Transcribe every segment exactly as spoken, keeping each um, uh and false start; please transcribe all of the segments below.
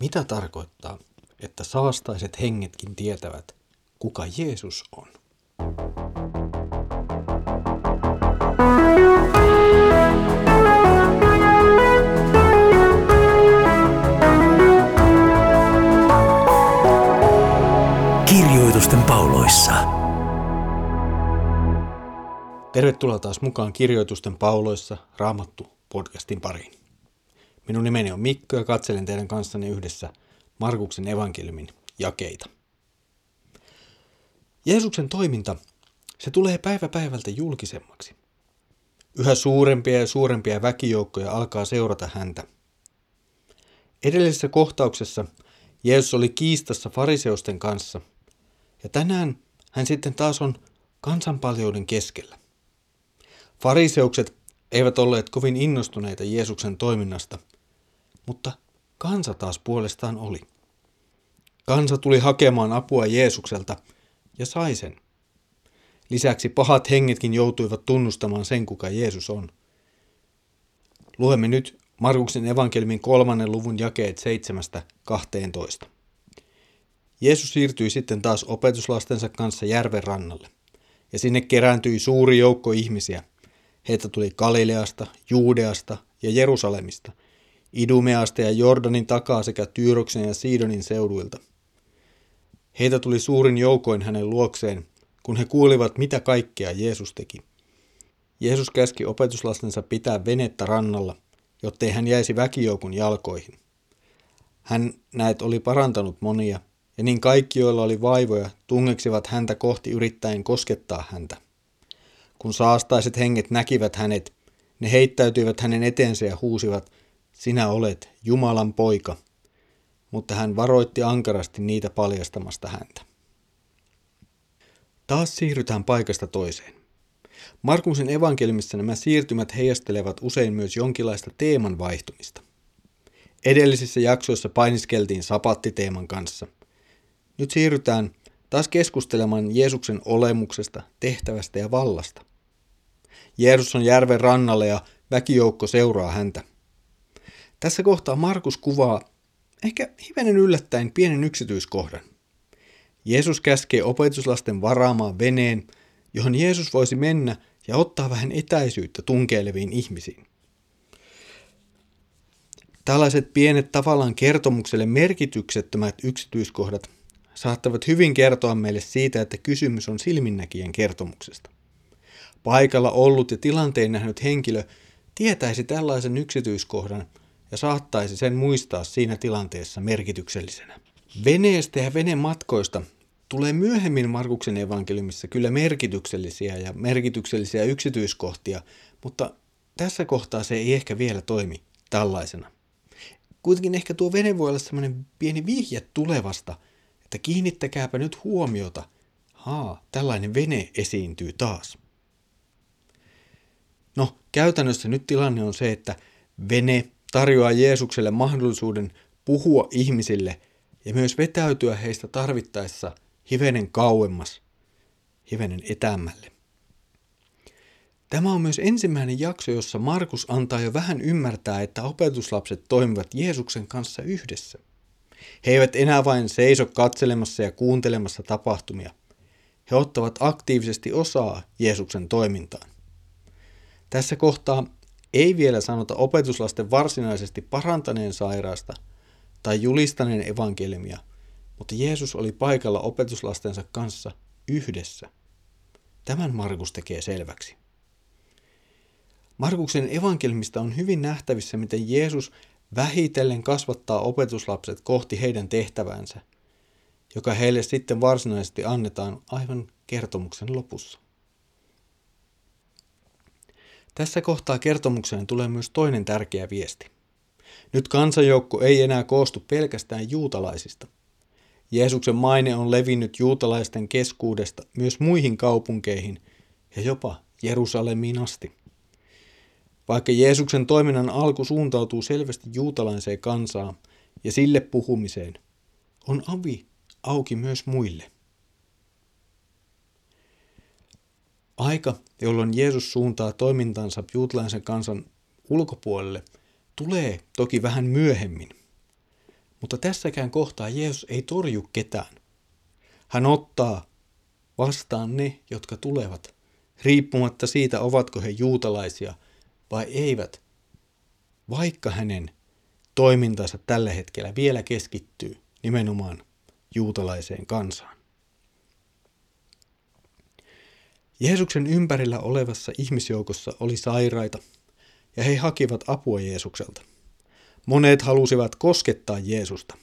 Mitä tarkoittaa, että saastaiset hengetkin tietävät, kuka Jeesus on? Kirjoitusten pauloissa. Tervetuloa taas mukaan Kirjoitusten pauloissa Raamattu-podcastin pariin. Minun nimeni on Mikko ja katselen teidän kanssanne yhdessä Markuksen evankeliumin jakeita. Jeesuksen toiminta, se tulee päivä päivältä julkisemmaksi. Yhä suurempia ja suurempia väkijoukkoja alkaa seurata häntä. Edellisessä kohtauksessa Jeesus oli kiistassa fariseusten kanssa, ja tänään hän sitten taas on kansanpaljouden keskellä. Fariseukset eivät olleet kovin innostuneita Jeesuksen toiminnasta, mutta kansa taas puolestaan oli. Kansa tuli hakemaan apua Jeesukselta ja sai sen. Lisäksi pahat hengetkin joutuivat tunnustamaan sen, kuka Jeesus on. Luemme nyt Markuksen evankeliumin kolmannen luvun jakeet seitsemästä kahteentoista. Jeesus siirtyi sitten taas opetuslastensa kanssa järven rannalle, ja sinne kerääntyi suuri joukko ihmisiä. Heitä tuli Galileasta, Juudeasta ja Jerusalemista, Idumeasta ja Jordanin takaa sekä Tyyroksen ja Siidonin seuduilta. Heitä tuli suurin joukoin hänen luokseen, kun he kuulivat, mitä kaikkea Jeesus teki. Jeesus käski opetuslastensa pitää venettä rannalla, jottei hän jäisi väkijoukon jalkoihin. Hän näet oli parantanut monia, ja niin kaikki, joilla oli vaivoja, tungeksivat häntä kohti yrittäen koskettaa häntä. Kun saastaiset henget näkivät hänet, ne heittäytyivät hänen eteensä ja huusivat, sinä olet Jumalan poika, mutta hän varoitti ankarasti niitä paljastamasta häntä. Taas siirrytään paikasta toiseen. Markuksen evankeliumissa nämä siirtymät heijastelevat usein myös jonkinlaista teeman vaihtumista. Edellisissä jaksoissa painiskeltiin sapattiteeman kanssa. Nyt siirrytään taas keskustelemaan Jeesuksen olemuksesta, tehtävästä ja vallasta. Jeesus on järven rannalla ja väkijoukko seuraa häntä. Tässä kohtaa Markus kuvaa ehkä hivenen yllättäen pienen yksityiskohdan. Jeesus käskee opetuslasten varaamaan veneen, johon Jeesus voisi mennä ja ottaa vähän etäisyyttä tunkeileviin ihmisiin. Tällaiset pienet tavallaan kertomukselle merkityksettömät yksityiskohdat saattavat hyvin kertoa meille siitä, että kysymys on silminnäkijän kertomuksesta. Paikalla ollut ja tilanteen nähnyt henkilö tietäisi tällaisen yksityiskohdan ja saattaisi sen muistaa siinä tilanteessa merkityksellisenä. Veneestä ja venematkoista tulee myöhemmin Markuksen evankeliumissa kyllä merkityksellisiä ja merkityksellisiä yksityiskohtia, mutta tässä kohtaa se ei ehkä vielä toimi tällaisena. Kuitenkin ehkä tuo vene voi olla semmoinen pieni vihje tulevasta, että kiinnittäkääpä nyt huomiota. Haa, tällainen vene esiintyy taas. No, käytännössä nyt tilanne on se, että vene tarjoaa Jeesukselle mahdollisuuden puhua ihmisille ja myös vetäytyä heistä tarvittaessa hivenen kauemmas, hivenen etäämmälle. Tämä on myös ensimmäinen jakso, jossa Markus antaa jo vähän ymmärtää, että opetuslapset toimivat Jeesuksen kanssa yhdessä. He eivät enää vain seiso katselemassa ja kuuntelemassa tapahtumia. He ottavat aktiivisesti osaa Jeesuksen toimintaan. Tässä kohtaa ei vielä sanota opetuslasten varsinaisesti parantaneen sairaasta tai julistaneen evankeliumia, mutta Jeesus oli paikalla opetuslastensa kanssa yhdessä. Tämän Markus tekee selväksi. Markuksen evankeliumista on hyvin nähtävissä, miten Jeesus vähitellen kasvattaa opetuslapset kohti heidän tehtävänsä, joka heille sitten varsinaisesti annetaan aivan kertomuksen lopussa. Tässä kohtaa kertomukseen tulee myös toinen tärkeä viesti. Nyt kansanjoukko ei enää koostu pelkästään juutalaisista. Jeesuksen maine on levinnyt juutalaisten keskuudesta myös muihin kaupunkeihin ja jopa Jerusalemiin asti. Vaikka Jeesuksen toiminnan alku suuntautuu selvästi juutalaiseen kansaan ja sille puhumiseen, on avi auki myös muille. Aika, jolloin Jeesus suuntaa toimintansa juutalaisen kansan ulkopuolelle, tulee toki vähän myöhemmin. Mutta tässäkään kohtaa Jeesus ei torju ketään. Hän ottaa vastaan ne, jotka tulevat, riippumatta siitä, ovatko he juutalaisia vai eivät, vaikka hänen toimintansa tällä hetkellä vielä keskittyy nimenomaan juutalaiseen kansaan. Jeesuksen ympärillä olevassa ihmisjoukossa oli sairaita, ja he hakivat apua Jeesukselta. Monet halusivat koskettaa Jeesusta.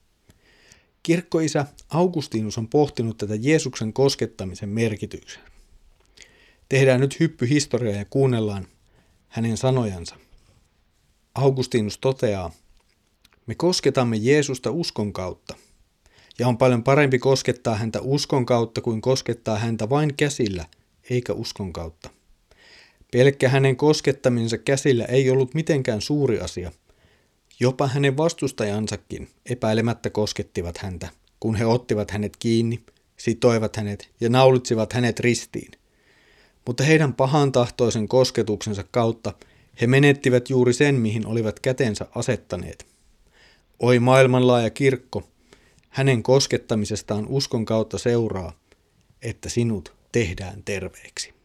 Kirkkoisä Augustinus on pohtinut tätä Jeesuksen koskettamisen merkityksen. Tehdään nyt hyppy historiaan ja kuunnellaan hänen sanojansa. Augustinus toteaa, me kosketamme Jeesusta uskon kautta, ja on paljon parempi koskettaa häntä uskon kautta kuin koskettaa häntä vain käsillä, eikä uskon kautta. Pelkkä hänen koskettaminsa käsillä ei ollut mitenkään suuri asia. Jopa hänen vastustajansakin epäilemättä koskettivat häntä, kun he ottivat hänet kiinni, sitoivat hänet ja naulitsivat hänet ristiin. Mutta heidän pahantahtoisen kosketuksensa kautta he menettivät juuri sen, mihin olivat kätensä asettaneet. Oi maailmanlaaja kirkko, hänen koskettamisestaan uskon kautta seuraa, että sinut tehdään terveeksi.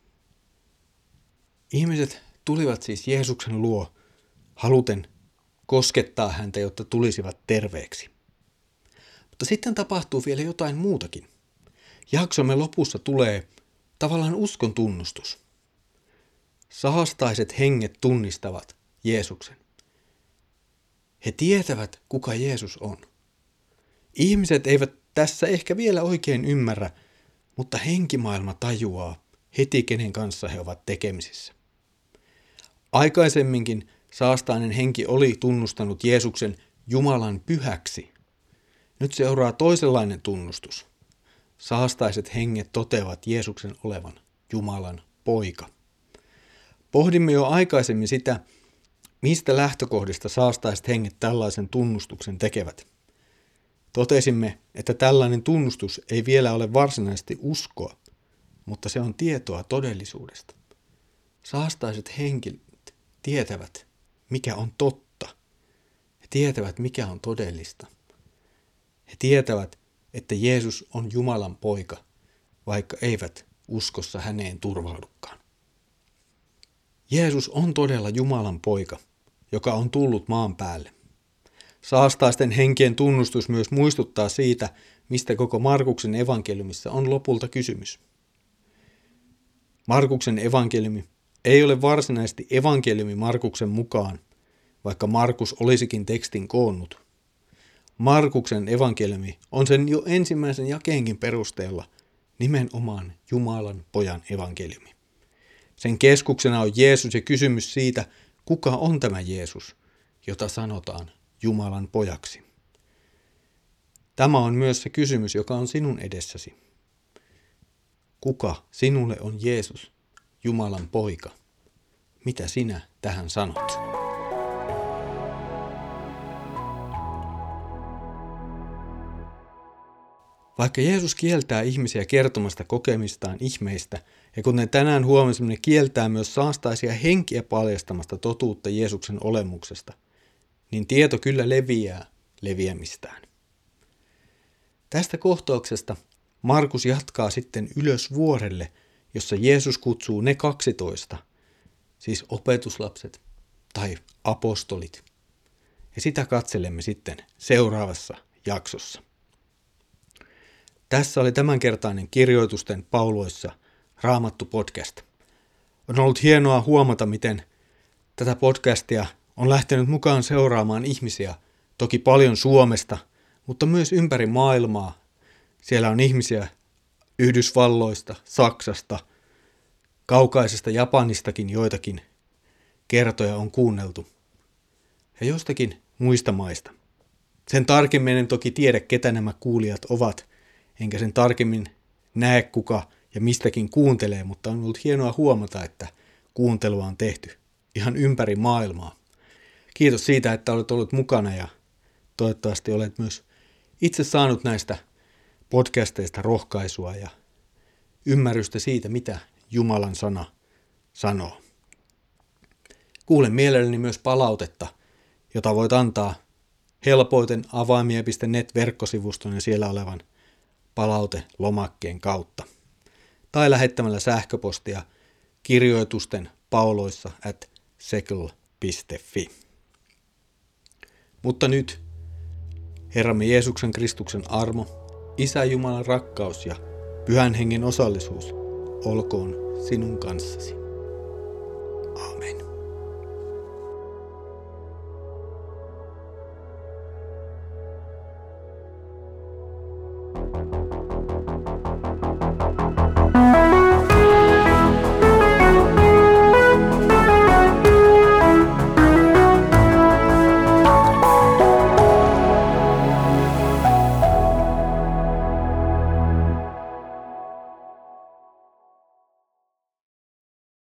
Ihmiset tulivat siis Jeesuksen luo haluten koskettaa häntä, jotta tulisivat terveeksi. Mutta sitten tapahtuu vielä jotain muutakin. Jaksomme lopussa tulee tavallaan uskon tunnustus. Sahastaiset henget tunnistavat Jeesuksen. He tietävät, kuka Jeesus on. Ihmiset eivät tässä ehkä vielä oikein ymmärrä, mutta henkimaailma tajuaa heti, kenen kanssa he ovat tekemisissä. Aikaisemminkin saastainen henki oli tunnustanut Jeesuksen Jumalan pyhäksi. Nyt seuraa toisenlainen tunnustus. Saastaiset henget toteavat Jeesuksen olevan Jumalan poika. Pohdimme jo aikaisemmin sitä, mistä lähtökohdista saastaiset henget tällaisen tunnustuksen tekevät. Totesimme, että tällainen tunnustus ei vielä ole varsinaisesti uskoa, mutta se on tietoa todellisuudesta. Saastaiset henkilöt tietävät, mikä on totta. He tietävät, mikä on todellista. He tietävät, että Jeesus on Jumalan poika, vaikka eivät uskossa häneen turvaudukaan. Jeesus on todella Jumalan poika, joka on tullut maan päälle. Saastaisten henkien tunnustus myös muistuttaa siitä, mistä koko Markuksen evankeliumissa on lopulta kysymys. Markuksen evankeliumi ei ole varsinaisesti evankeliumi Markuksen mukaan, vaikka Markus olisikin tekstin koonnut. Markuksen evankeliumi on sen jo ensimmäisen jakeenkin perusteella nimenomaan Jumalan pojan evankeliumi. Sen keskuksena on Jeesus ja kysymys siitä, kuka on tämä Jeesus, jota sanotaan Jumalan pojaksi. Tämä on myös se kysymys, joka on sinun edessäsi. Kuka sinulle on Jeesus, Jumalan poika? Mitä sinä tähän sanot? Vaikka Jeesus kieltää ihmisiä kertomasta kokemistaan ihmeistä, ja kuten tänään huomasimme, kieltää myös saastaisia henkiä paljastamasta totuutta Jeesuksen olemuksesta, niin tieto kyllä leviää leviämistään. Tästä kohtauksesta Markus jatkaa sitten ylös vuorelle, jossa Jeesus kutsuu ne kaksitoista, siis opetuslapset tai apostolit. Ja sitä katselemme sitten seuraavassa jaksossa. Tässä oli tämänkertainen Kirjoitusten pauloissa Raamattu podcast. On ollut hienoa huomata, miten tätä podcastia on lähtenyt mukaan seuraamaan ihmisiä, toki paljon Suomesta, mutta myös ympäri maailmaa. Siellä on ihmisiä Yhdysvalloista, Saksasta, kaukaisesta Japanistakin joitakin kertoja on kuunneltu. Ja jostakin muista maista. Sen tarkemmin en toki tiedä, ketä nämä kuulijat ovat, enkä sen tarkemmin näe, kuka ja mistäkin kuuntelee, mutta on ollut hienoa huomata, että kuuntelua on tehty ihan ympäri maailmaa. Kiitos siitä, että olet ollut mukana ja toivottavasti olet myös itse saanut näistä podcasteista rohkaisua ja ymmärrystä siitä, mitä Jumalan sana sanoo. Kuulen mielelläni myös palautetta, jota voit antaa helpoiten avaimia piste net-verkkosivuston ja siellä olevan palautelomakkeen kautta. Tai lähettämällä sähköpostia kirjoitusten pauloissa at sekel piste fi. Mutta nyt Herramme Jeesuksen Kristuksen armo, Isä Jumalan rakkaus ja Pyhän Hengen osallisuus olkoon sinun kanssasi. Aamen. thank you